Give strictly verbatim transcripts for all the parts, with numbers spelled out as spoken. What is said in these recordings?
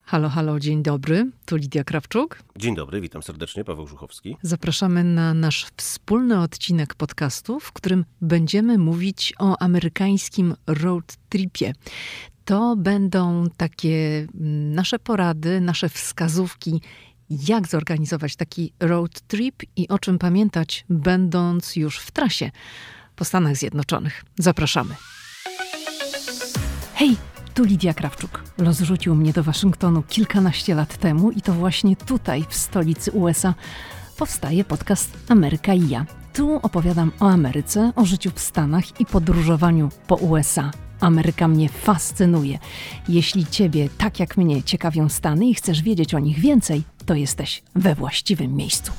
Halo, halo, dzień dobry. Tu Lidia Krawczuk. Dzień dobry, witam serdecznie, Paweł Żuchowski. Zapraszamy na nasz wspólny odcinek podcastu, w którym będziemy mówić o amerykańskim road tripie. To będą takie nasze porady, nasze wskazówki, jak zorganizować taki road trip i o czym pamiętać, będąc już w trasie po Stanach Zjednoczonych. Zapraszamy. Hej! Tu Lidia Krawczuk. Los rzucił mnie do Waszyngtonu kilkanaście lat temu i to właśnie tutaj, w stolicy U S A, powstaje podcast Ameryka i ja. Tu opowiadam o Ameryce, o życiu w Stanach i podróżowaniu po U S A. Ameryka mnie fascynuje. Jeśli Ciebie, tak jak mnie, ciekawią Stany i chcesz wiedzieć o nich więcej, to jesteś we właściwym miejscu.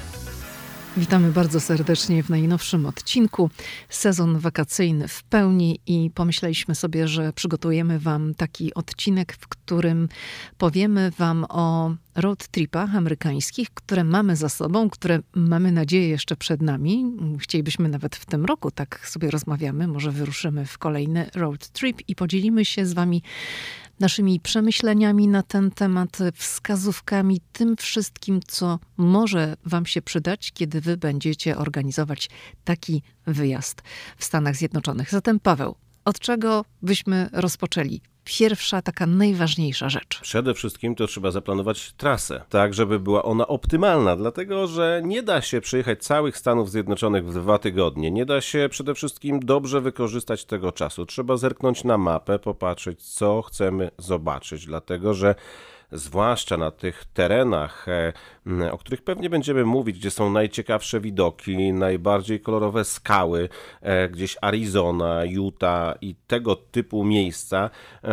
Witamy bardzo serdecznie w najnowszym odcinku. Sezon wakacyjny w pełni i pomyśleliśmy sobie, że przygotujemy Wam taki odcinek, w którym powiemy Wam o road tripach amerykańskich, które mamy za sobą, które mamy nadzieję jeszcze przed nami. Chcielibyśmy nawet w tym roku, tak sobie rozmawiamy, może wyruszymy w kolejny road trip i podzielimy się z Wami naszymi przemyśleniami na ten temat, wskazówkami, tym wszystkim, co może Wam się przydać, kiedy Wy będziecie organizować taki wyjazd w Stanach Zjednoczonych. Zatem Paweł, od czego byśmy rozpoczęli? Pierwsza, taka najważniejsza rzecz. Przede wszystkim to trzeba zaplanować trasę, tak żeby była ona optymalna, dlatego że nie da się przejechać całych Stanów Zjednoczonych w dwa tygodnie. Nie da się przede wszystkim dobrze wykorzystać tego czasu. Trzeba zerknąć na mapę, popatrzeć, co chcemy zobaczyć, dlatego że zwłaszcza na tych terenach, o których pewnie będziemy mówić, gdzie są najciekawsze widoki, najbardziej kolorowe skały, gdzieś Arizona, Utah i tego typu miejsca,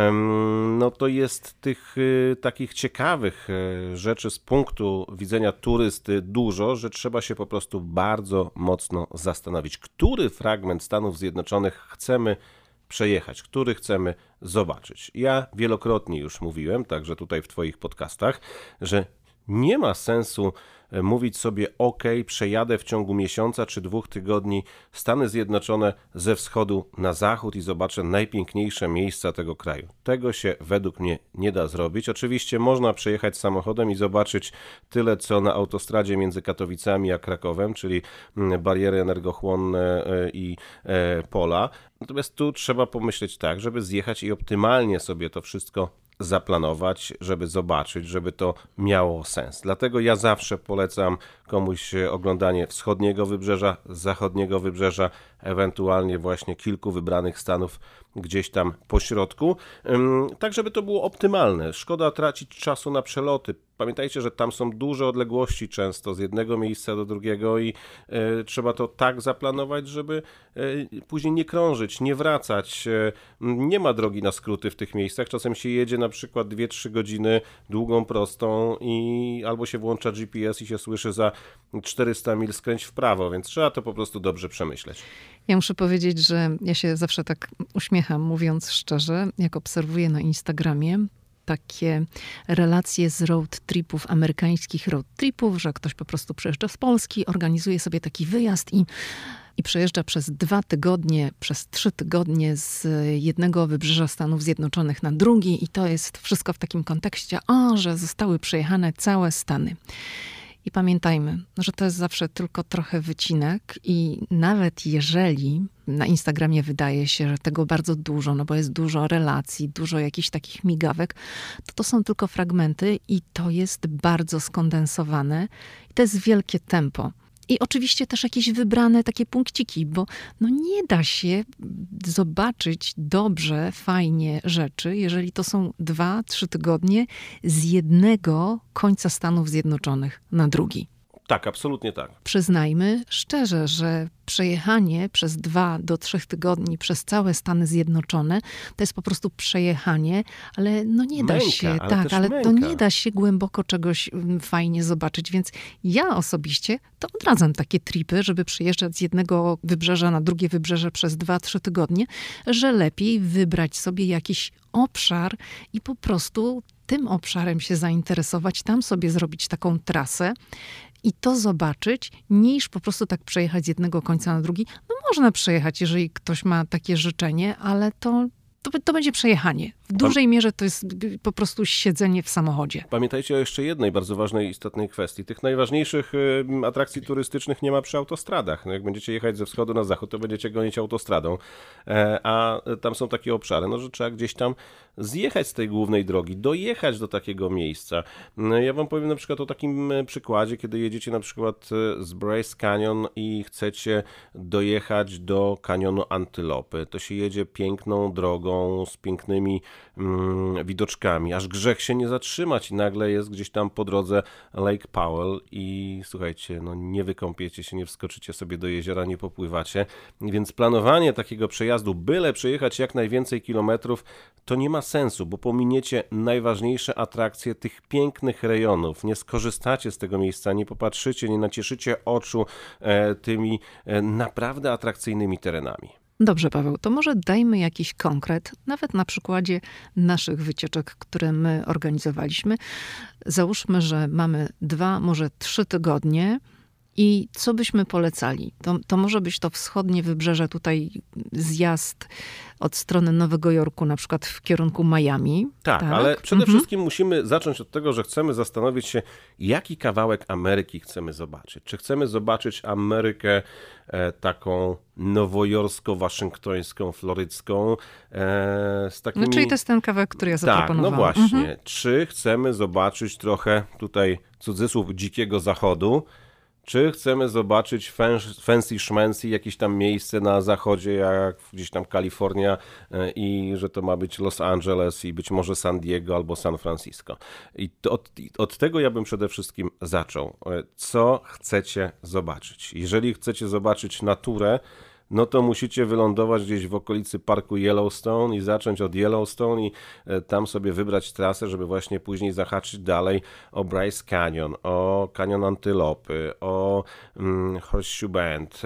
no to jest tych takich ciekawych rzeczy z punktu widzenia turysty dużo, że trzeba się po prostu bardzo mocno zastanowić, który fragment Stanów Zjednoczonych chcemy przejechać, który chcemy zobaczyć. Ja wielokrotnie już mówiłem, także tutaj w Twoich podcastach, że nie ma sensu mówić sobie ok, przejadę w ciągu miesiąca czy dwóch tygodni Stany Zjednoczone ze wschodu na zachód i zobaczę najpiękniejsze miejsca tego kraju. Tego się według mnie nie da zrobić. Oczywiście można przejechać samochodem i zobaczyć tyle, co na autostradzie między Katowicami a Krakowem, czyli bariery energochłonne i pola. Natomiast tu trzeba pomyśleć tak, żeby zjechać i optymalnie sobie to wszystko zaplanować, żeby zobaczyć, żeby to miało sens. Dlatego ja zawsze polecam komuś oglądanie wschodniego wybrzeża, zachodniego wybrzeża, ewentualnie właśnie kilku wybranych stanów gdzieś tam po środku, tak żeby to było optymalne. Szkoda tracić czasu na przeloty. Pamiętajcie, że tam są duże odległości często z jednego miejsca do drugiego i y, trzeba to tak zaplanować, żeby y, później nie krążyć, nie wracać. Y, nie ma drogi na skróty w tych miejscach. Czasem się jedzie na przykład dwie trzy godziny długą prostą i albo się włącza G P S i się słyszy za czterysta mil skręć w prawo, więc trzeba to po prostu dobrze przemyśleć. Ja muszę powiedzieć, że ja się zawsze tak uśmiecham, mówiąc szczerze, jak obserwuję na Instagramie takie relacje z road tripów, amerykańskich road tripów, że ktoś po prostu przyjeżdża z Polski, organizuje sobie taki wyjazd i i przejeżdża przez dwa tygodnie, przez trzy tygodnie z jednego wybrzeża Stanów Zjednoczonych na drugi i to jest wszystko w takim kontekście, o, że zostały przejechane całe Stany. I pamiętajmy, że to jest zawsze tylko trochę wycinek i nawet jeżeli na Instagramie wydaje się, że tego bardzo dużo, no bo jest dużo relacji, dużo jakichś takich migawek, to to są tylko fragmenty i to jest bardzo skondensowane i to jest wielkie tempo. I oczywiście też jakieś wybrane takie punkciki, bo no nie da się zobaczyć dobrze, fajnie rzeczy, jeżeli to są dwa, trzy tygodnie z jednego końca Stanów Zjednoczonych na drugi. Tak, absolutnie tak. Przyznajmy szczerze, że przejechanie przez dwa do trzech tygodni przez całe Stany Zjednoczone to jest po prostu przejechanie, ale no nie da męka, się, ale tak, ale męka. to nie da się głęboko czegoś fajnie zobaczyć, więc ja osobiście to odradzam takie tripy, żeby przyjeżdżać z jednego wybrzeża na drugie wybrzeże przez dwa, trzy tygodnie, że lepiej wybrać sobie jakiś obszar i po prostu tym obszarem się zainteresować, tam sobie zrobić taką trasę i to zobaczyć, niż po prostu tak przejechać z jednego końca na drugi. No można przejechać, jeżeli ktoś ma takie życzenie, ale to, to, to będzie przejechanie w dużej mierze to jest po prostu siedzenie w samochodzie. Pamiętajcie o jeszcze jednej bardzo ważnej, istotnej kwestii. Tych najważniejszych y, atrakcji turystycznych nie ma przy autostradach. No, jak będziecie jechać ze wschodu na zachód, to będziecie gonić autostradą, e, a tam są takie obszary, no, że trzeba gdzieś tam zjechać z tej głównej drogi, dojechać do takiego miejsca. No, ja wam powiem na przykład o takim przykładzie, kiedy jedziecie na przykład z Bryce Canyon i chcecie dojechać do kanionu Antylopy. To się jedzie piękną drogą z pięknymi mm, widoczkami, aż grzech się nie zatrzymać i nagle jest gdzieś tam po drodze Lake Powell i słuchajcie, no nie wykąpiecie się, nie wskoczycie sobie do jeziora, nie popływacie, więc planowanie takiego przejazdu, byle przejechać jak najwięcej kilometrów, to nie ma sensu, bo pominiecie najważniejsze atrakcje tych pięknych rejonów, nie skorzystacie z tego miejsca, nie popatrzycie, nie nacieszycie oczu e, tymi e, naprawdę atrakcyjnymi terenami. Dobrze, Paweł, to może dajmy jakiś konkret, nawet na przykładzie naszych wycieczek, które my organizowaliśmy. Załóżmy, że mamy dwa, może trzy tygodnie i co byśmy polecali? To, to może być to wschodnie wybrzeże, tutaj zjazd od strony Nowego Jorku, na przykład w kierunku Miami. Tak, tak? ale przede mhm. wszystkim musimy zacząć od tego, że chcemy zastanowić się, jaki kawałek Ameryki chcemy zobaczyć. Czy chcemy zobaczyć Amerykę e, taką nowojorsko-waszyngtońską, florycką, e, z takimi... No, czyli to jest ten kawałek, który ja zaproponowałam. Tak, no właśnie. Mhm. Czy chcemy zobaczyć trochę tutaj cudzysłów dzikiego zachodu, czy chcemy zobaczyć fancy szmancy, jakieś tam miejsce na zachodzie, jak gdzieś tam Kalifornia i że to ma być Los Angeles i być może San Diego albo San Francisco. I to od, od tego ja bym przede wszystkim zaczął. Co chcecie zobaczyć? Jeżeli chcecie zobaczyć naturę, no to musicie wylądować gdzieś w okolicy parku Yellowstone i zacząć od Yellowstone i tam sobie wybrać trasę, żeby właśnie później zahaczyć dalej o Bryce Canyon, o Kanion Antylopy, o mm, Horseshoe Bend,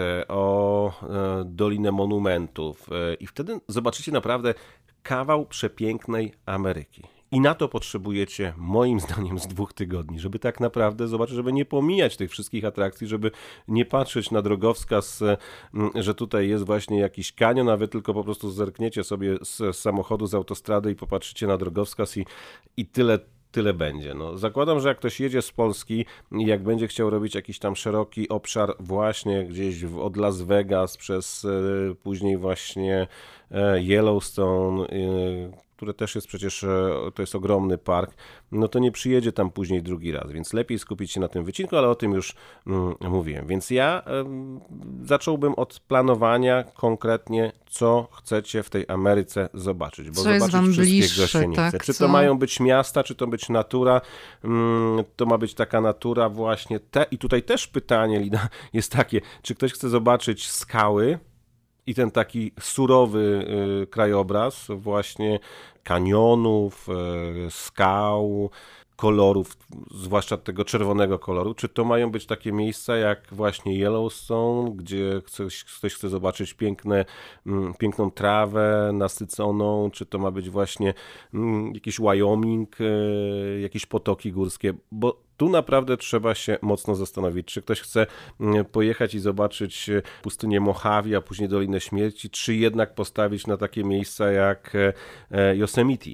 o e, Dolinę Monumentów i wtedy zobaczycie naprawdę kawał przepięknej Ameryki. I na to potrzebujecie, moim zdaniem, z dwóch tygodni, żeby tak naprawdę zobaczyć, żeby nie pomijać tych wszystkich atrakcji, żeby nie patrzeć na drogowskaz, że tutaj jest właśnie jakiś kanion, a wy tylko po prostu zerkniecie sobie z samochodu, z autostrady i popatrzycie na drogowskaz i, i tyle Tyle będzie. No, zakładam, że jak ktoś jedzie z Polski i jak będzie chciał robić jakiś tam szeroki obszar właśnie gdzieś w, od Las Vegas przez e, później właśnie e, Yellowstone, e, które też jest przecież, e, to jest ogromny park, no to nie przyjedzie tam później drugi raz, więc lepiej skupić się na tym wycinku, ale o tym już mm, mówiłem. Więc ja e, zacząłbym od planowania konkretnie, co chcecie w tej Ameryce zobaczyć, bo co zobaczyć jest wam wszystkiego bliższe, się nie tak, chce. Czy co... to mają być miasta, czy to być natura, mm, to ma być taka natura właśnie te, i tutaj też pytanie, Lida, jest takie, czy ktoś chce zobaczyć skały i ten taki surowy y, krajobraz właśnie kanionów, y, skał, kolorów, zwłaszcza tego czerwonego koloru, czy to mają być takie miejsca jak właśnie Yellowstone, gdzie ktoś, ktoś chce zobaczyć piękne, mm, piękną trawę nasyconą, czy to ma być właśnie mm, jakiś Wyoming, y, jakieś potoki górskie, bo tu naprawdę trzeba się mocno zastanowić, czy ktoś chce pojechać i zobaczyć pustynię Mojave, a później Dolinę Śmierci, czy jednak postawić na takie miejsca jak Yosemite.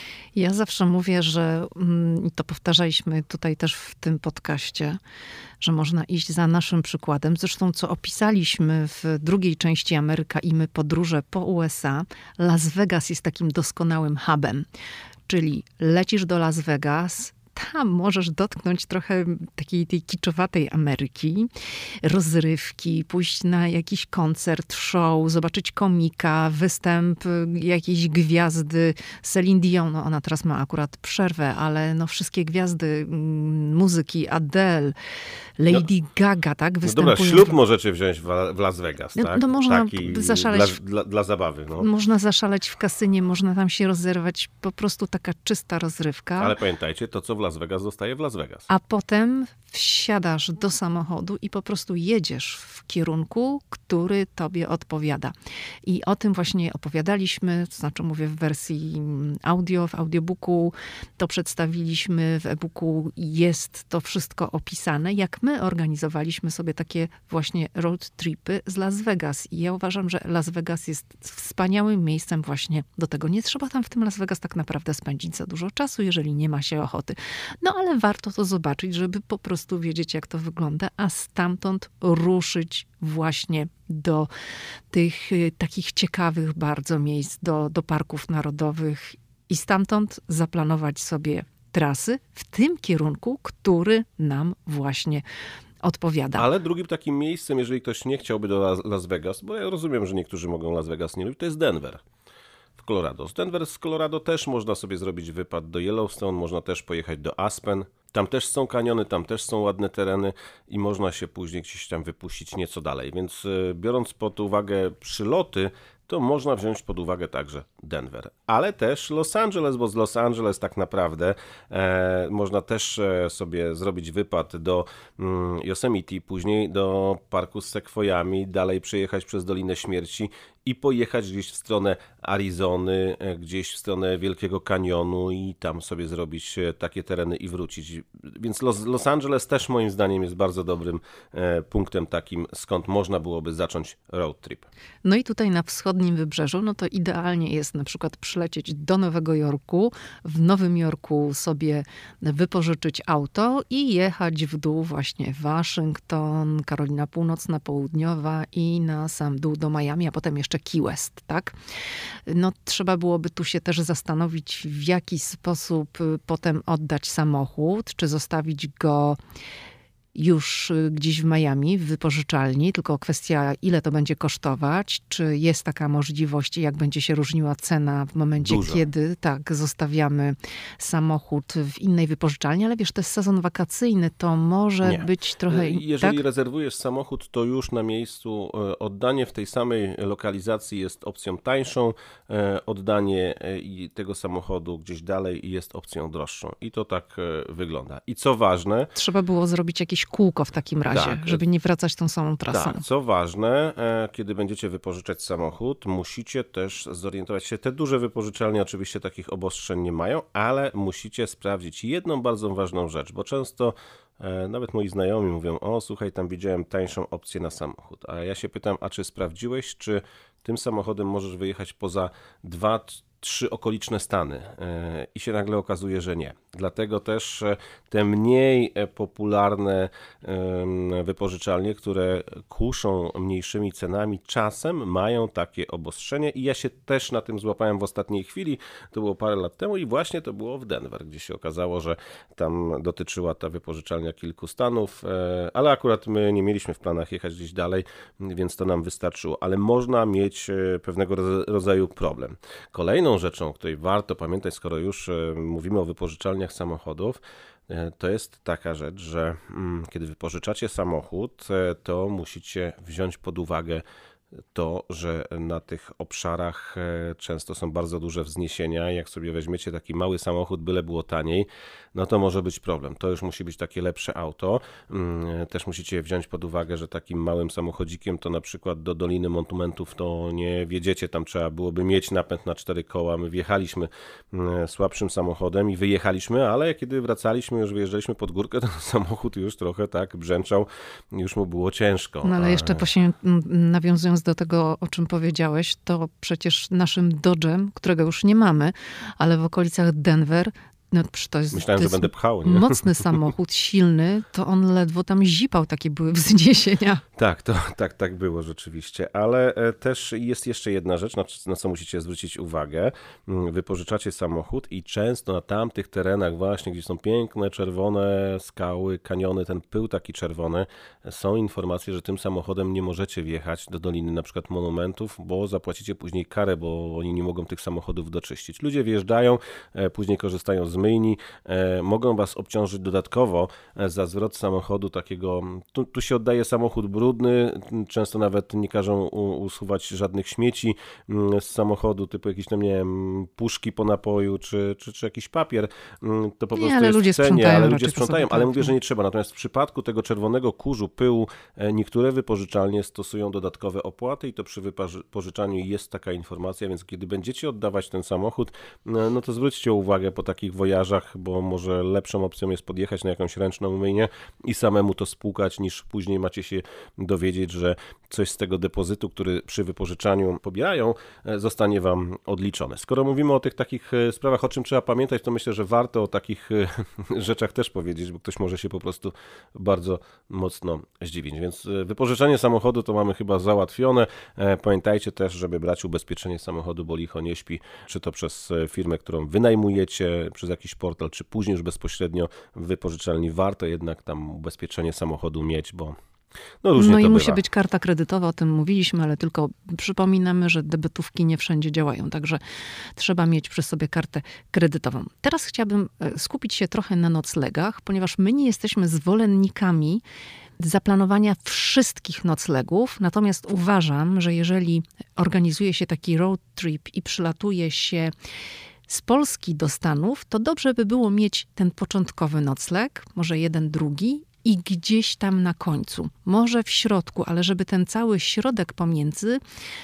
Ja zawsze mówię, że i to powtarzaliśmy tutaj też w tym podcaście, że można iść za naszym przykładem. Zresztą co opisaliśmy w drugiej części Ameryka i my podróże po U S A, Las Vegas jest takim doskonałym hubem. Czyli lecisz do Las Vegas, tam możesz dotknąć trochę takiej tej kiczowatej Ameryki, rozrywki, pójść na jakiś koncert, show, zobaczyć komika, występ jakiejś gwiazdy. Celine Dion, no ona teraz ma akurat przerwę, ale no wszystkie gwiazdy mm, muzyki, Adele, Lady no, No Gaga, tak? dobra, ślub możecie wziąć w Las Vegas, tak? No można Taki zaszaleć. Dla, dla, dla zabawy. No. Można zaszaleć w kasynie, można tam się rozerwać. Po prostu taka czysta rozrywka. Ale pamiętajcie, to co w Las Las Vegas zostaje w Las Vegas. A potem wsiadasz do samochodu i po prostu jedziesz w kierunku, który tobie odpowiada. I o tym właśnie opowiadaliśmy, to znaczy mówię w wersji audio, w audiobooku to przedstawiliśmy, w e-booku jest to wszystko opisane, jak my organizowaliśmy sobie takie właśnie road tripy z Las Vegas. I ja uważam, że Las Vegas jest wspaniałym miejscem właśnie do tego. Nie trzeba tam w tym Las Vegas tak naprawdę spędzić za dużo czasu, jeżeli nie ma się ochoty. No ale warto to zobaczyć, żeby po prostu wiedzieć, jak to wygląda, a stamtąd ruszyć właśnie do tych y, takich ciekawych bardzo miejsc, do, do parków narodowych i stamtąd zaplanować sobie trasy w tym kierunku, który nam właśnie odpowiada. Ale drugim takim miejscem, jeżeli ktoś nie chciałby do Las, Las Vegas, bo ja rozumiem, że niektórzy mogą Las Vegas nie lubić, to jest Denver. W Colorado. Z Denver z Colorado też można sobie zrobić wypad do Yellowstone, można też pojechać do Aspen. Tam też są kaniony, tam też są ładne tereny i można się później gdzieś tam wypuścić nieco dalej. Więc biorąc pod uwagę przyloty, to można wziąć pod uwagę także Denver. Ale też Los Angeles, bo z Los Angeles tak naprawdę e, można też e, sobie zrobić wypad do mm, Yosemite, później do parku z sekwojami, dalej przejechać przez Dolinę Śmierci i pojechać gdzieś w stronę Arizony, e, gdzieś w stronę Wielkiego Kanionu i tam sobie zrobić e, takie tereny i wrócić. Więc Los, Los Angeles też moim zdaniem jest bardzo dobrym e, punktem takim, skąd można byłoby zacząć road trip. No i tutaj na wschodnim wybrzeżu, no to idealnie jest na przykład przylecieć do Nowego Jorku, w Nowym Jorku sobie wypożyczyć auto i jechać w dół właśnie Waszyngton, Karolina Północna, Południowa i na sam dół do Miami, a potem jeszcze Key West, tak? No trzeba byłoby tu się też zastanowić, w jaki sposób potem oddać samochód, czy zostawić go już gdzieś w Miami, w wypożyczalni, tylko kwestia, ile to będzie kosztować, czy jest taka możliwość, jak będzie się różniła cena w momencie, Dużo. kiedy tak, zostawiamy samochód w innej wypożyczalni, ale wiesz, to jest sezon wakacyjny, to może Nie. być trochę... Jeżeli tak? rezerwujesz samochód, to już na miejscu oddanie w tej samej lokalizacji jest opcją tańszą, oddanie tego samochodu gdzieś dalej jest opcją droższą. I to tak wygląda. I co ważne... Trzeba było zrobić jakieś kółko w takim razie, Tak. żeby nie wracać tą samą trasą. Tak, co ważne, kiedy będziecie wypożyczać samochód, musicie też zorientować się, te duże wypożyczalnie oczywiście takich obostrzeń nie mają, ale musicie sprawdzić jedną bardzo ważną rzecz, bo często nawet moi znajomi mówią, o słuchaj, tam widziałem tańszą opcję na samochód, a ja się pytam, a czy sprawdziłeś, czy tym samochodem możesz wyjechać poza dwa, trzy okoliczne stany i się nagle okazuje, że nie. Dlatego też te mniej popularne wypożyczalnie, które kuszą mniejszymi cenami, czasem mają takie obostrzenie i ja się też na tym złapałem w ostatniej chwili, to było parę lat temu i właśnie to było w Denver, gdzie się okazało, że tam dotyczyła ta wypożyczalnia kilku stanów, ale akurat my nie mieliśmy w planach jechać gdzieś dalej, więc to nam wystarczyło, ale można mieć pewnego rodzaju problem. Kolejną rzeczą, o której warto pamiętać, skoro już mówimy o wypożyczalniach samochodów, to jest taka rzecz, że kiedy wypożyczacie samochód, to musicie wziąć pod uwagę to, że na tych obszarach często są bardzo duże wzniesienia. Jak sobie weźmiecie taki mały samochód, byle było taniej, no to może być problem. To już musi być takie lepsze auto. Też musicie wziąć pod uwagę, że takim małym samochodzikiem to na przykład do Doliny Monumentów to nie wjedziecie. Tam trzeba byłoby mieć napęd na cztery koła. My wjechaliśmy słabszym samochodem i wyjechaliśmy, ale kiedy wracaliśmy, już wyjeżdżaliśmy pod górkę, to samochód już trochę tak brzęczał, już mu było ciężko. No ale jeszcze właśnie nawiązując do tego, o czym powiedziałeś, to przecież naszym Dodge'em, którego już nie mamy, ale w okolicach Denver, no to jest, Myślałem, to że jest będę pchał, nie? mocny samochód, silny, to on ledwo tam zipał, takie były wzniesienia. Tak, to, tak, tak było rzeczywiście, ale też jest jeszcze jedna rzecz, na, na co musicie zwrócić uwagę. Wypożyczacie samochód i często na tamtych terenach właśnie, gdzie są piękne, czerwone skały, kaniony, ten pył taki czerwony, są informacje, że tym samochodem nie możecie wjechać do Doliny na przykład Monumentów, bo zapłacicie później karę, bo oni nie mogą tych samochodów doczyścić. Ludzie wjeżdżają, później korzystają z myjni, e, mogą was obciążyć dodatkowo za zwrot samochodu takiego, tu, tu się oddaje samochód brudny, często nawet nie każą usuwać żadnych śmieci z samochodu, typu jakieś tam, nie wiem, puszki po napoju, czy, czy, czy jakiś papier, to po nie, prostu ale jest ludzie w cenie, sprzątają ale ludzie raczej po sprzątają, sobie, ale tak. mówię, że nie trzeba. Natomiast w przypadku tego czerwonego kurzu, pyłu, niektóre wypożyczalnie stosują dodatkowe opłaty i to przy wypożyczaniu jest taka informacja, więc kiedy będziecie oddawać ten samochód, no to zwróćcie uwagę po takich wojażach, bo może lepszą opcją jest podjechać na jakąś ręczną myjnię i samemu to spłukać, niż później macie się dowiedzieć, że coś z tego depozytu, który przy wypożyczaniu pobierają, zostanie wam odliczone. Skoro mówimy o tych takich sprawach, o czym trzeba pamiętać, to myślę, że warto o takich rzeczach też powiedzieć, bo ktoś może się po prostu bardzo mocno zdziwić. Więc wypożyczenie samochodu to mamy chyba załatwione. Pamiętajcie też, żeby brać ubezpieczenie samochodu, bo licho nie śpi, czy to przez firmę, którą wynajmujecie, przez jakiś portal, czy później już bezpośrednio w wypożyczalni. Warto jednak tam ubezpieczenie samochodu mieć, bo no różnie No to i musi bywa. być karta kredytowa, o tym mówiliśmy, ale tylko przypominamy, że debetówki nie wszędzie działają, także trzeba mieć przy sobie kartę kredytową. Teraz chciałabym skupić się trochę na noclegach, ponieważ my nie jesteśmy zwolennikami zaplanowania wszystkich noclegów, natomiast uważam, że jeżeli organizuje się taki road trip i przylatuje się z Polski do Stanów, to dobrze by było mieć ten początkowy nocleg, może jeden, drugi, i gdzieś tam na końcu, może w środku, ale żeby ten cały środek pomiędzy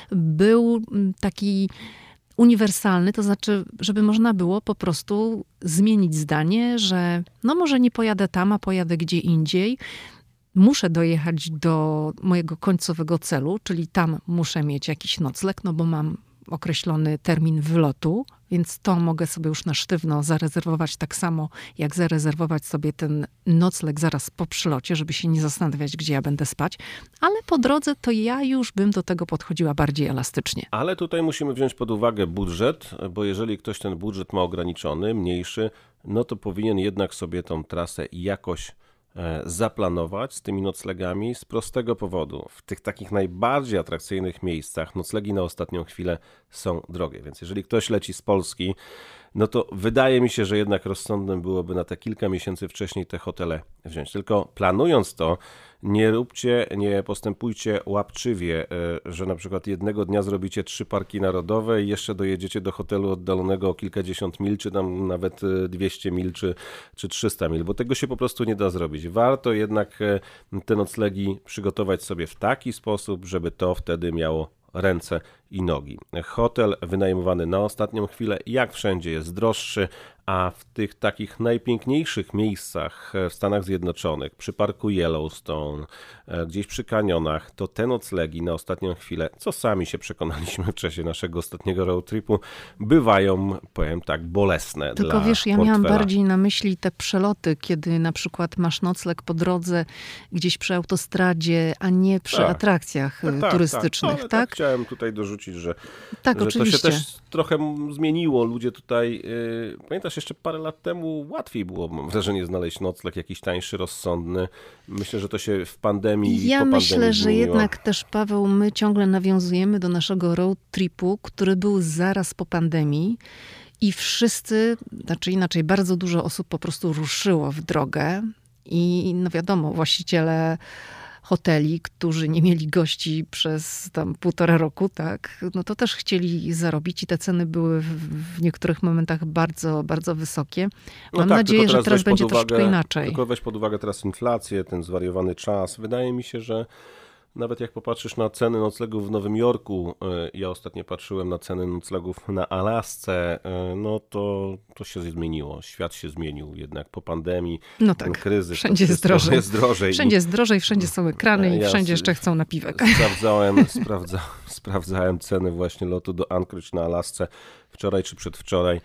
był taki uniwersalny, to znaczy, żeby można było po prostu zmienić zdanie, że no może nie pojadę tam, a pojadę gdzie indziej. Muszę dojechać do mojego końcowego celu, czyli tam muszę mieć jakiś nocleg, no bo mam określony termin wylotu, więc to mogę sobie już na sztywno zarezerwować tak samo, jak zarezerwować sobie ten nocleg zaraz po przylocie, żeby się nie zastanawiać, gdzie ja będę spać. Ale po drodze to ja już bym do tego podchodziła bardziej elastycznie. Ale tutaj musimy wziąć pod uwagę budżet, bo jeżeli ktoś ten budżet ma ograniczony, mniejszy, no to powinien jednak sobie tą trasę jakoś zaplanować z tymi noclegami z prostego powodu. W tych takich najbardziej atrakcyjnych miejscach noclegi na ostatnią chwilę są drogie, więc jeżeli ktoś leci z Polski, no to wydaje mi się, że jednak rozsądnym byłoby na te kilka miesięcy wcześniej te hotele wziąć. Tylko planując to, nie róbcie, nie postępujcie łapczywie, że na przykład jednego dnia zrobicie trzy parki narodowe i jeszcze dojedziecie do hotelu oddalonego o kilkadziesiąt mil, czy tam nawet dwieście mil, czy, czy trzysta mil, bo tego się po prostu nie da zrobić. Warto jednak te noclegi przygotować sobie w taki sposób, żeby to wtedy miało ręce i nogi. Hotel wynajmowany na ostatnią chwilę, jak wszędzie, jest droższy, a w tych takich najpiękniejszych miejscach w Stanach Zjednoczonych, przy parku Yellowstone, gdzieś przy kanionach, to te noclegi na ostatnią chwilę, co sami się przekonaliśmy w czasie naszego ostatniego road tripu, bywają, powiem tak, bolesne. Tylko dla wiesz, ja portfela. miałam bardziej na myśli te przeloty, kiedy na przykład masz nocleg po drodze gdzieś przy autostradzie, a nie przy Tak. atrakcjach Tak, tak, turystycznych, tak? tak? tak chciałem tutaj dorzucić, że, Tak, że oczywiście. to się też trochę zmieniło. Ludzie tutaj, yy, pamiętasz, jeszcze parę lat temu łatwiej było, mam wrażenie, znaleźć nocleg jakiś tańszy, rozsądny. Myślę, że to się w pandemii Ja po myślę, pandemii że zmieniło. jednak też, Paweł, my ciągle nawiązujemy do naszego road tripu, który był zaraz po pandemii i wszyscy, znaczy inaczej, bardzo dużo osób po prostu ruszyło w drogę i no wiadomo, właściciele hoteli, którzy nie mieli gości przez tam półtora roku, tak, no to też chcieli zarobić i te ceny były w, w niektórych momentach bardzo, bardzo wysokie. No Mam tak, nadzieję, tylko że teraz weź pod będzie uwagę, troszeczkę inaczej. Tylko weź pod uwagę teraz inflację, ten zwariowany czas. Wydaje mi się, że nawet jak popatrzysz na ceny noclegów w Nowym Jorku, ja ostatnio patrzyłem na ceny noclegów na Alasce, no to, to się zmieniło. Świat się zmienił jednak po pandemii. No ten tak, kryzys, wszędzie to jest drożej. jest drożej. Wszędzie jest drożej, wszędzie są ekrany i Ja wszędzie s- jeszcze chcą napiwek. Sprawdzałem, sprawdza, sprawdzałem ceny właśnie lotu do Anchorage na Alasce wczoraj czy przedwczoraj.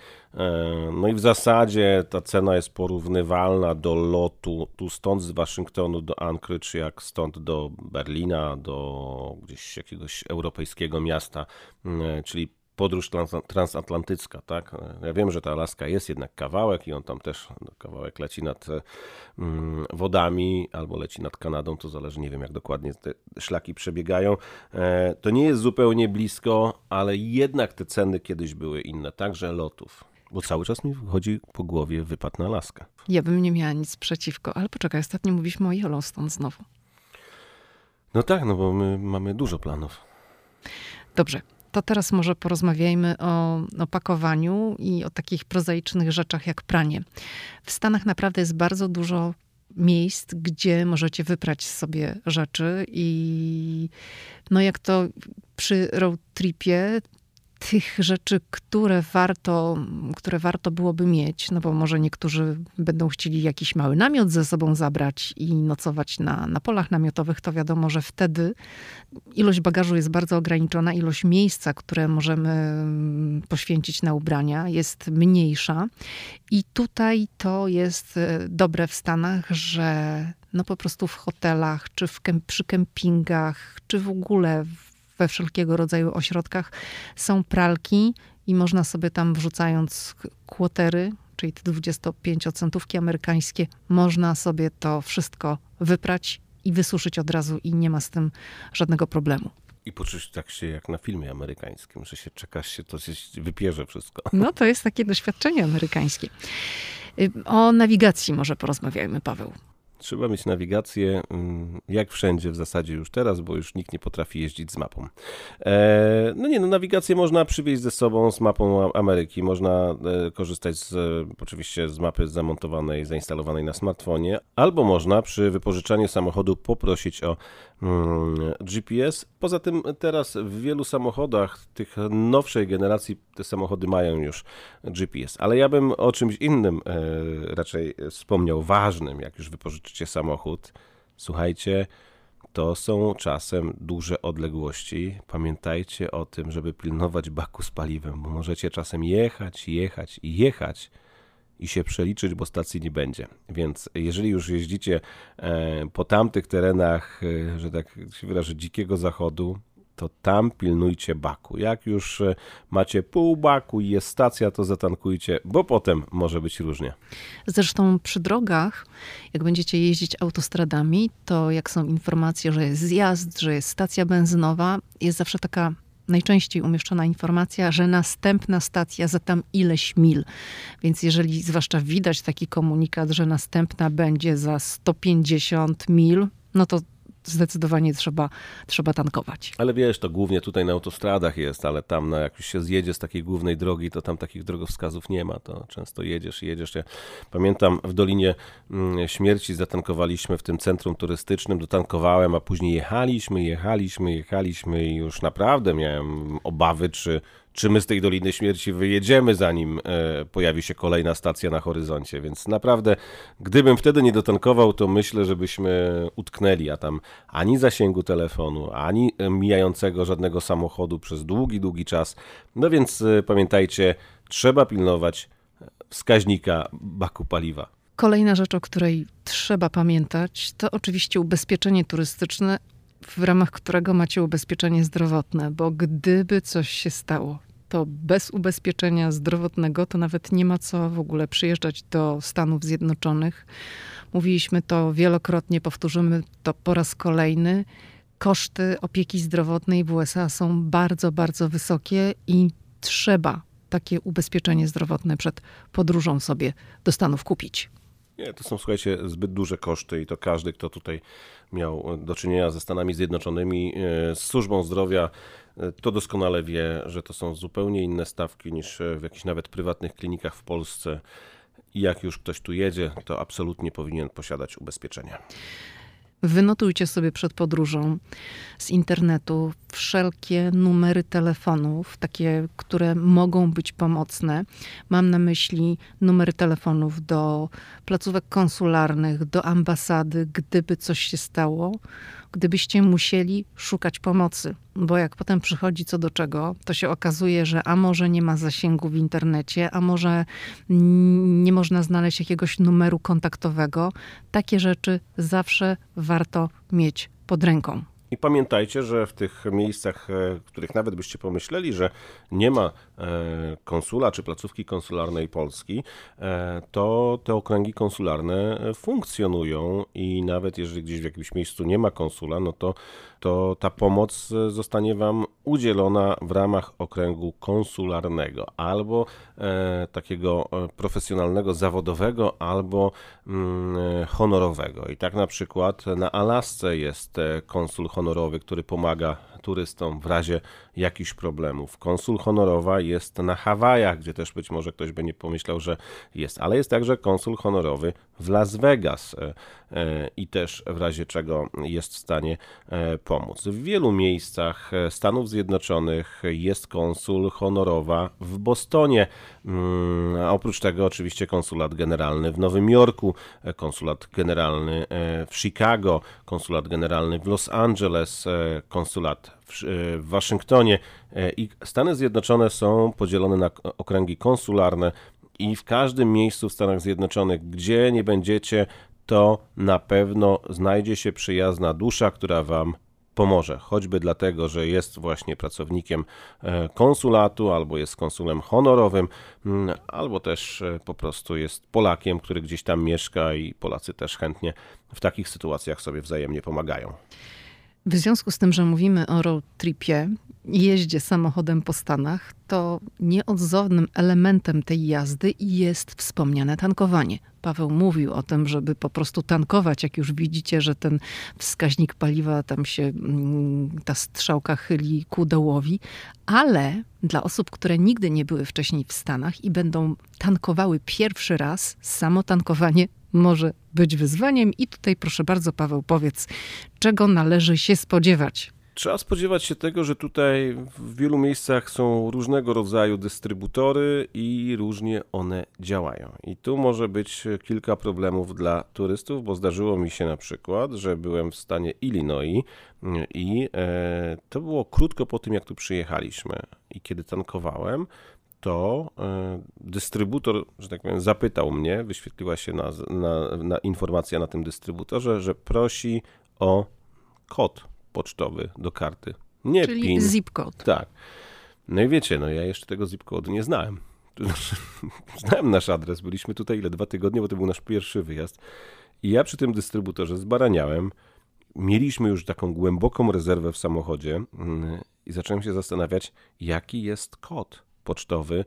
No i w zasadzie ta cena jest porównywalna do lotu tu stąd z Waszyngtonu do Anchorage, jak stąd do Berlina, do gdzieś jakiegoś europejskiego miasta, czyli podróż trans- transatlantycka, tak? Ja wiem, że ta Alaska jest jednak kawałek i on tam też kawałek leci nad mm, wodami albo leci nad Kanadą, to zależy, nie wiem jak dokładnie te szlaki przebiegają. E, to nie jest zupełnie blisko, ale jednak te ceny kiedyś były inne, także lotów. Bo cały czas mi chodzi po głowie wypad na Alaskę. Ja bym nie miała nic przeciwko, ale poczekaj, ostatnio mówiliśmy o Yellowstone znowu. No tak, no bo my mamy dużo planów. Dobrze, to teraz może porozmawiajmy o opakowaniu i o takich prozaicznych rzeczach jak pranie. W Stanach naprawdę jest bardzo dużo miejsc, gdzie możecie wyprać sobie rzeczy i no jak to przy road tripie, tych rzeczy, które warto, które warto byłoby mieć, no bo może niektórzy będą chcieli jakiś mały namiot ze sobą zabrać i nocować na, na polach namiotowych, to wiadomo, że wtedy ilość bagażu jest bardzo ograniczona, ilość miejsca, które możemy poświęcić na ubrania jest mniejsza i tutaj to jest dobre w Stanach, że no po prostu w hotelach, czy w, przy kempingach, czy w ogóle w we wszelkiego rodzaju ośrodkach są pralki i można sobie tam wrzucając kłotery, czyli te dwudziestopięciocentówki amerykańskie, można sobie to wszystko wyprać i wysuszyć od razu i nie ma z tym żadnego problemu. I poczuć tak się jak na filmie amerykańskim, że się czekasz się, to się wypierze wszystko. No to jest takie doświadczenie amerykańskie. O nawigacji może porozmawiajmy, Paweł. Trzeba mieć nawigację, jak wszędzie w zasadzie już teraz, bo już nikt nie potrafi jeździć z mapą. E, no nie, no nawigację można przywieźć ze sobą z mapą Ameryki. Można e, korzystać z, oczywiście z mapy zamontowanej, zainstalowanej na smartfonie, albo można przy wypożyczaniu samochodu poprosić o mm, G P S. Poza tym teraz w wielu samochodach tych nowszej generacji te samochody mają już G P S. Ale ja bym o czymś innym e, raczej wspomniał, ważnym, jak już wypożyczycie samochód. Słuchajcie, to są czasem duże odległości. Pamiętajcie o tym, żeby pilnować baku z paliwem, bo możecie czasem jechać, jechać i jechać i się przeliczyć, bo stacji nie będzie. Więc jeżeli już jeździcie e, po tamtych terenach, e, że tak się wyrażę, dzikiego zachodu, to tam pilnujcie baku. Jak już macie pół baku i jest stacja, to zatankujcie, bo potem może być różnie. Zresztą przy drogach, jak będziecie jeździć autostradami, to jak są informacje, że jest zjazd, że jest stacja benzynowa, jest zawsze taka najczęściej umieszczona informacja, że następna stacja za tam ileś mil. Więc jeżeli zwłaszcza widać taki komunikat, że następna będzie za sto pięćdziesiąt mil, no to zdecydowanie trzeba, trzeba tankować. Ale wiesz, to głównie tutaj na autostradach jest, ale tam na, jak już się zjedzie z takiej głównej drogi, to tam takich drogowskazów nie ma. To często jedziesz i jedziesz. Ja pamiętam, w Dolinie Śmierci zatankowaliśmy w tym centrum turystycznym, dotankowałem, a później jechaliśmy, jechaliśmy, jechaliśmy i już naprawdę miałem obawy, czy czy my z tej Doliny Śmierci wyjedziemy, zanim e, pojawi się kolejna stacja na horyzoncie. Więc naprawdę, gdybym wtedy nie dotankował, to myślę, żebyśmy utknęli, a tam ani zasięgu telefonu, ani mijającego żadnego samochodu przez długi, długi czas. No więc e, pamiętajcie, trzeba pilnować wskaźnika baku paliwa. Kolejna rzecz, o której trzeba pamiętać, to oczywiście ubezpieczenie turystyczne, w ramach którego macie ubezpieczenie zdrowotne, bo gdyby coś się stało, to bez ubezpieczenia zdrowotnego to nawet nie ma co w ogóle przyjeżdżać do Stanów Zjednoczonych. Mówiliśmy to wielokrotnie, powtórzymy to po raz kolejny. Koszty opieki zdrowotnej w U S A są bardzo, bardzo wysokie i trzeba takie ubezpieczenie zdrowotne przed podróżą sobie do Stanów kupić. Nie, to są, słuchajcie, zbyt duże koszty i to każdy, kto tutaj miał do czynienia ze Stanami Zjednoczonymi, z służbą zdrowia, to doskonale wie, że to są zupełnie inne stawki niż w jakichś nawet prywatnych klinikach w Polsce. I jak już ktoś tu jedzie, to absolutnie powinien posiadać ubezpieczenie. Wynotujcie sobie przed podróżą z internetu wszelkie numery telefonów, takie, które mogą być pomocne. Mam na myśli numery telefonów do placówek konsularnych, do ambasady, gdyby coś się stało, gdybyście musieli szukać pomocy. Bo jak potem przychodzi co do czego, to się okazuje, że a może nie ma zasięgu w internecie, a może nie można znaleźć jakiegoś numeru kontaktowego. Takie rzeczy zawsze warto mieć pod ręką. I pamiętajcie, że w tych miejscach, w których nawet byście pomyśleli, że nie ma konsula czy placówki konsularnej Polski, to te okręgi konsularne funkcjonują i nawet jeżeli gdzieś w jakimś miejscu nie ma konsula, no to, to ta pomoc zostanie Wam udzielona w ramach okręgu konsularnego albo e, takiego profesjonalnego, zawodowego, albo mm, honorowego. I tak na przykład na Alasce jest konsul honorowy, który pomaga turystom w razie jakichś problemów. Konsul honorowa jest na Hawajach, gdzie też być może ktoś by nie pomyślał, że jest, ale jest także konsul honorowy w Las Vegas i też w razie czego jest w stanie pomóc. W wielu miejscach Stanów Zjednoczonych jest konsul honorowa w Bostonie, a oprócz tego oczywiście konsulat generalny w Nowym Jorku, konsulat generalny w Chicago, konsulat generalny w Los Angeles, konsulat w Waszyngtonie i Stany Zjednoczone są podzielone na okręgi konsularne i w każdym miejscu w Stanach Zjednoczonych, gdzie nie będziecie, to na pewno znajdzie się przyjazna dusza, która Wam pomoże, choćby dlatego, że jest właśnie pracownikiem konsulatu, albo jest konsulem honorowym, albo też po prostu jest Polakiem, który gdzieś tam mieszka i Polacy też chętnie w takich sytuacjach sobie wzajemnie pomagają. W związku z tym, że mówimy o road tripie i jeździe samochodem po Stanach, to nieodzownym elementem tej jazdy jest wspomniane tankowanie. Paweł mówił o tym, żeby po prostu tankować, jak już widzicie, że ten wskaźnik paliwa, tam się ta strzałka chyli ku dołowi, ale dla osób, które nigdy nie były wcześniej w Stanach i będą tankowały pierwszy raz, samo tankowanie może być wyzwaniem. I tutaj proszę bardzo, Paweł, powiedz, czego należy się spodziewać? Trzeba spodziewać się tego, że tutaj w wielu miejscach są różnego rodzaju dystrybutory i różnie one działają. I tu może być kilka problemów dla turystów, bo zdarzyło mi się na przykład, że byłem w stanie Illinois i e, to było krótko po tym, jak tu przyjechaliśmy. I kiedy tankowałem, to e, dystrybutor, że tak powiem, zapytał mnie, wyświetliła się na, na, na informacja na tym dystrybutorze, że prosi o kod pocztowy do karty. Nie Czyli PIN. zip code. Tak. No i wiecie, no ja jeszcze tego zip code'u nie znałem. Znałem nasz adres, byliśmy tutaj ile? Dwa tygodnie, bo to był nasz pierwszy wyjazd. I ja przy tym dystrybutorze zbaraniałem. Mieliśmy już taką głęboką rezerwę w samochodzie i zacząłem się zastanawiać, jaki jest kod pocztowy,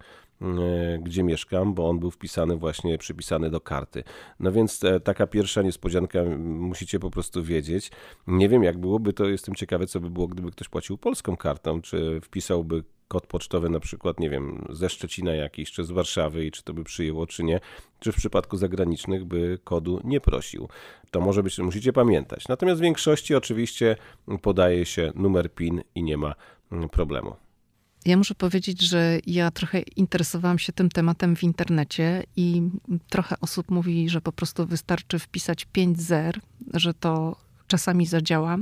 gdzie mieszkam, bo on był wpisany właśnie, przypisany do karty. No więc taka pierwsza niespodzianka, musicie po prostu wiedzieć. Nie wiem, jak byłoby to, jestem ciekawy, co by było, gdyby ktoś płacił polską kartą, czy wpisałby kod pocztowy na przykład, nie wiem, ze Szczecina jakiś, czy z Warszawy i czy to by przyjęło, czy nie, czy w przypadku zagranicznych by kodu nie prosił. To może być, musicie pamiętać. Natomiast w większości oczywiście podaje się numer PIN i nie ma problemu. Ja muszę powiedzieć, że ja trochę interesowałam się tym tematem w internecie i trochę osób mówi, że po prostu wystarczy wpisać pięć zer, że to czasami zadziała.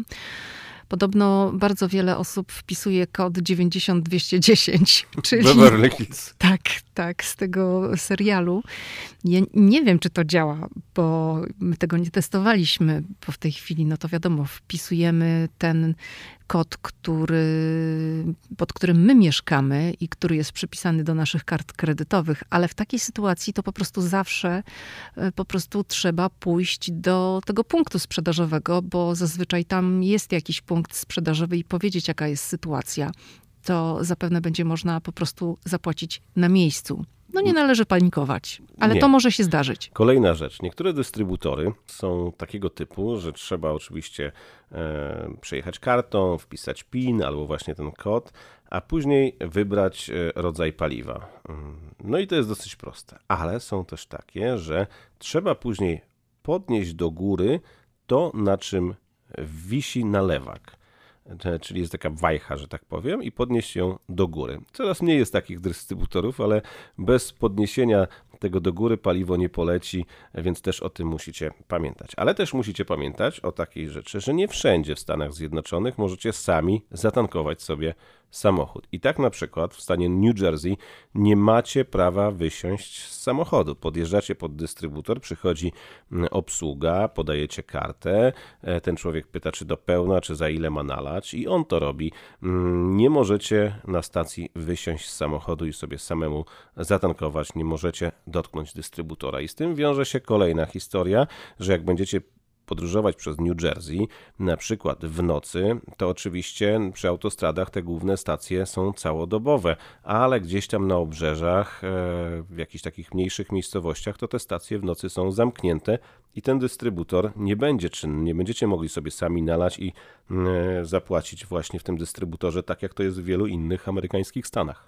Podobno bardzo wiele osób wpisuje kod dziewięćdziesiąt dwieście dziesięć, czyli Beverly Hills. Tak, tak, z tego serialu. Ja nie wiem, czy to działa, bo my tego nie testowaliśmy, bo w tej chwili, no to wiadomo, wpisujemy ten kod, który, pod którym my mieszkamy i który jest przypisany do naszych kart kredytowych, ale w takiej sytuacji to po prostu zawsze po prostu trzeba pójść do tego punktu sprzedażowego, bo zazwyczaj tam jest jakiś punkt sprzedażowy i powiedzieć, jaka jest sytuacja. To zapewne będzie można po prostu zapłacić na miejscu. No nie należy panikować, ale nie. To może się zdarzyć. Kolejna rzecz. Niektóre dystrybutory są takiego typu, że trzeba oczywiście e, przejechać kartą, wpisać PIN albo właśnie ten kod, a później wybrać rodzaj paliwa. No i to jest dosyć proste. Ale są też takie, że trzeba później podnieść do góry to, na czym wisi nalewak. Czyli jest taka wajcha, że tak powiem, i podnieść ją do góry. Coraz mniej jest takich dystrybutorów, ale bez podniesienia tego do góry paliwo nie poleci, więc też o tym musicie pamiętać. Ale też musicie pamiętać o takiej rzeczy, że nie wszędzie w Stanach Zjednoczonych możecie sami zatankować sobie samochód. I tak na przykład w stanie New Jersey nie macie prawa wysiąść z samochodu. Podjeżdżacie pod dystrybutor, przychodzi obsługa, podajecie kartę, ten człowiek pyta, czy do pełna, czy za ile ma nalać i on to robi. Nie możecie na stacji wysiąść z samochodu i sobie samemu zatankować, nie możecie dotknąć dystrybutora. I z tym wiąże się kolejna historia, że jak będziecie podróżować przez New Jersey, na przykład w nocy, to oczywiście przy autostradach te główne stacje są całodobowe, ale gdzieś tam na obrzeżach, w jakichś takich mniejszych miejscowościach, to te stacje w nocy są zamknięte i ten dystrybutor nie będzie czynny, nie będziecie mogli sobie sami nalać i zapłacić właśnie w tym dystrybutorze, tak jak to jest w wielu innych amerykańskich stanach.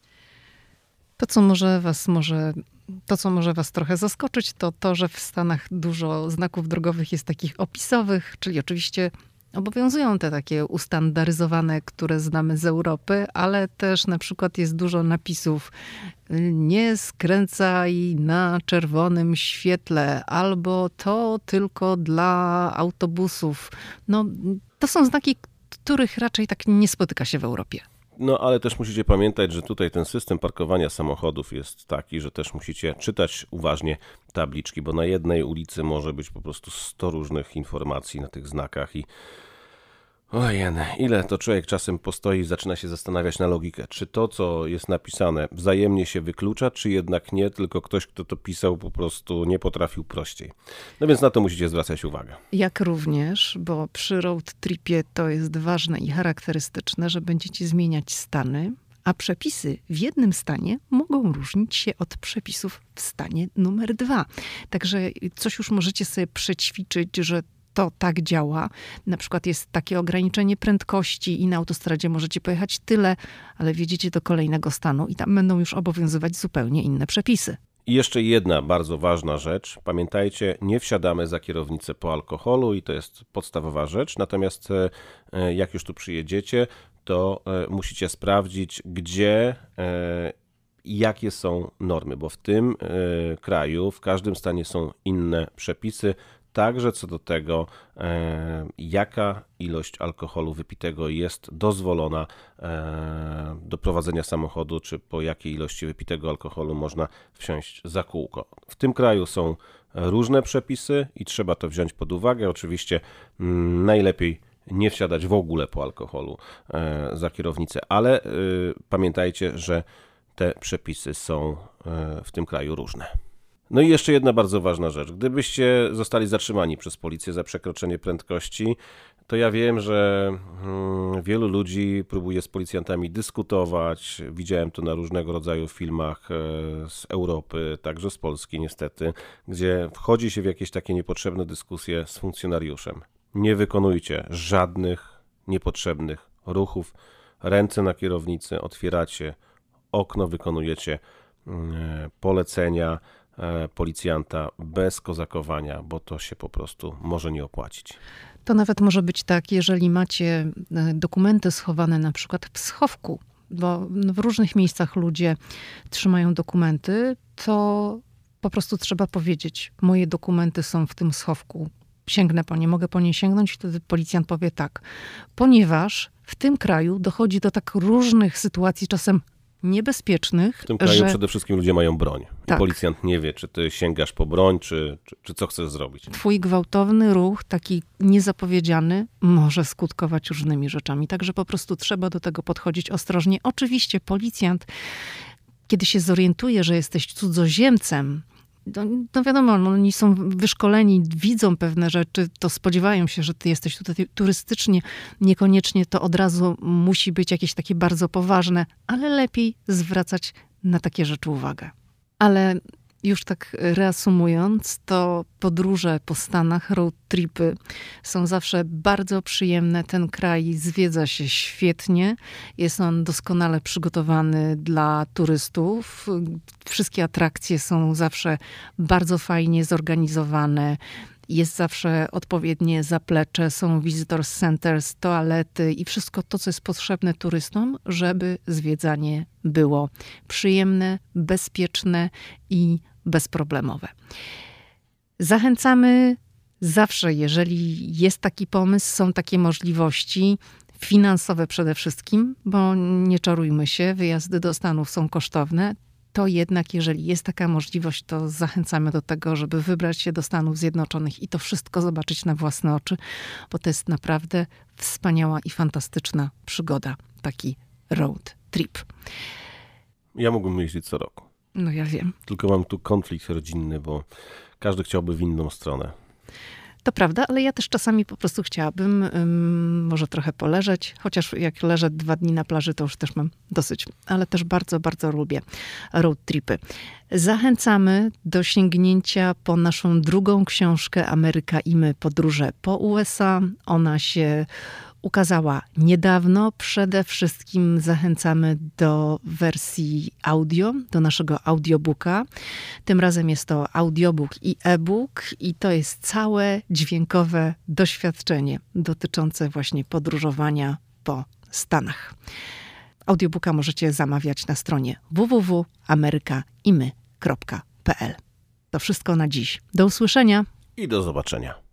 To, co może was może, to, co może was trochę zaskoczyć, to to, że w Stanach dużo znaków drogowych jest takich opisowych, czyli oczywiście obowiązują te takie ustandaryzowane, które znamy z Europy, ale też na przykład jest dużo napisów nie skręcaj na czerwonym świetle, albo to tylko dla autobusów. No, to są znaki, których raczej tak nie spotyka się w Europie. No, ale też musicie pamiętać, że tutaj ten system parkowania samochodów jest taki, że też musicie czytać uważnie tabliczki, bo na jednej ulicy może być po prostu sto różnych informacji na tych znakach i ojen, ile to człowiek czasem postoi i zaczyna się zastanawiać na logikę, czy to, co jest napisane, wzajemnie się wyklucza, czy jednak nie, tylko ktoś, kto to pisał, po prostu nie potrafił prościej. No więc na to musicie zwracać uwagę. Jak również, bo przy road tripie to jest ważne i charakterystyczne, że będziecie zmieniać stany, a przepisy w jednym stanie mogą różnić się od przepisów w stanie numer dwa. Także coś już możecie sobie przećwiczyć, że to tak działa. Na przykład jest takie ograniczenie prędkości i na autostradzie możecie pojechać tyle, ale wjedziecie do kolejnego stanu i tam będą już obowiązywać zupełnie inne przepisy. I jeszcze jedna bardzo ważna rzecz. Pamiętajcie, nie wsiadamy za kierownicę po alkoholu i to jest podstawowa rzecz. Natomiast jak już tu przyjedziecie, to musicie sprawdzić, gdzie jakie są normy, bo w tym kraju, w każdym stanie są inne przepisy, także co do tego, e, jaka ilość alkoholu wypitego jest dozwolona e, do prowadzenia samochodu, czy po jakiej ilości wypitego alkoholu można wsiąść za kółko. W tym kraju są różne przepisy i trzeba to wziąć pod uwagę. Oczywiście m, najlepiej nie wsiadać w ogóle po alkoholu e, za kierownicę, ale e, pamiętajcie, że te przepisy są e, w tym kraju różne. No i jeszcze jedna bardzo ważna rzecz. Gdybyście zostali zatrzymani przez policję za przekroczenie prędkości, to ja wiem, że hmm, wielu ludzi próbuje z policjantami dyskutować. Widziałem to na różnego rodzaju filmach e, z Europy, także z Polski niestety, gdzie wchodzi się w jakieś takie niepotrzebne dyskusje z funkcjonariuszem. Nie wykonujcie żadnych niepotrzebnych ruchów. Ręce na kierownicy, otwieracie okno, wykonujecie e, polecenia policjanta bez kozakowania, bo to się po prostu może nie opłacić. To nawet może być tak, jeżeli macie dokumenty schowane na przykład w schowku, bo w różnych miejscach ludzie trzymają dokumenty, to po prostu trzeba powiedzieć, moje dokumenty są w tym schowku, sięgnę po nie, mogę po nie sięgnąć? Wtedy policjant powie tak, ponieważ w tym kraju dochodzi do tak różnych sytuacji, czasem niebezpiecznych. W tym kraju że... przede wszystkim ludzie mają broń. Tak. Policjant nie wie, czy ty sięgasz po broń, czy, czy, czy co chcesz zrobić. Twój gwałtowny ruch, taki niezapowiedziany, może skutkować różnymi rzeczami. Także po prostu trzeba do tego podchodzić ostrożnie. Oczywiście policjant, kiedy się zorientuje, że jesteś cudzoziemcem, no, no wiadomo, oni są wyszkoleni, widzą pewne rzeczy, to spodziewają się, że ty jesteś tutaj turystycznie. Niekoniecznie to od razu musi być jakieś takie bardzo poważne, ale lepiej zwracać na takie rzeczy uwagę. Ale już tak reasumując, to podróże po Stanach, road tripy są zawsze bardzo przyjemne. Ten kraj zwiedza się świetnie. Jest on doskonale przygotowany dla turystów. Wszystkie atrakcje są zawsze bardzo fajnie zorganizowane. Jest zawsze odpowiednie zaplecze, są visitor centers, toalety i wszystko to, co jest potrzebne turystom, żeby zwiedzanie było przyjemne, bezpieczne i bezproblemowe. Zachęcamy zawsze, jeżeli jest taki pomysł, są takie możliwości, finansowe przede wszystkim, bo nie czarujmy się, wyjazdy do Stanów są kosztowne. To jednak, jeżeli jest taka możliwość, to zachęcamy do tego, żeby wybrać się do Stanów Zjednoczonych i to wszystko zobaczyć na własne oczy, bo to jest naprawdę wspaniała i fantastyczna przygoda, taki road trip. Ja mógłbym jeździć co roku. No ja wiem. Tylko mam tu konflikt rodzinny, bo każdy chciałby w inną stronę. To prawda, ale ja też czasami po prostu chciałabym um, może trochę poleżeć, chociaż jak leżę dwa dni na plaży, to już też mam dosyć. Ale też bardzo, bardzo lubię road tripy. Zachęcamy do sięgnięcia po naszą drugą książkę Ameryka i my, podróże po U S A. Ona się ukazała niedawno. Przede wszystkim zachęcamy do wersji audio, do naszego audiobooka. Tym razem jest to audiobook i e-book i to jest całe dźwiękowe doświadczenie dotyczące właśnie podróżowania po Stanach. Audiobooka możecie zamawiać na stronie w w w kropka amerykaimy kropka p l. To wszystko na dziś. Do usłyszenia I do zobaczenia.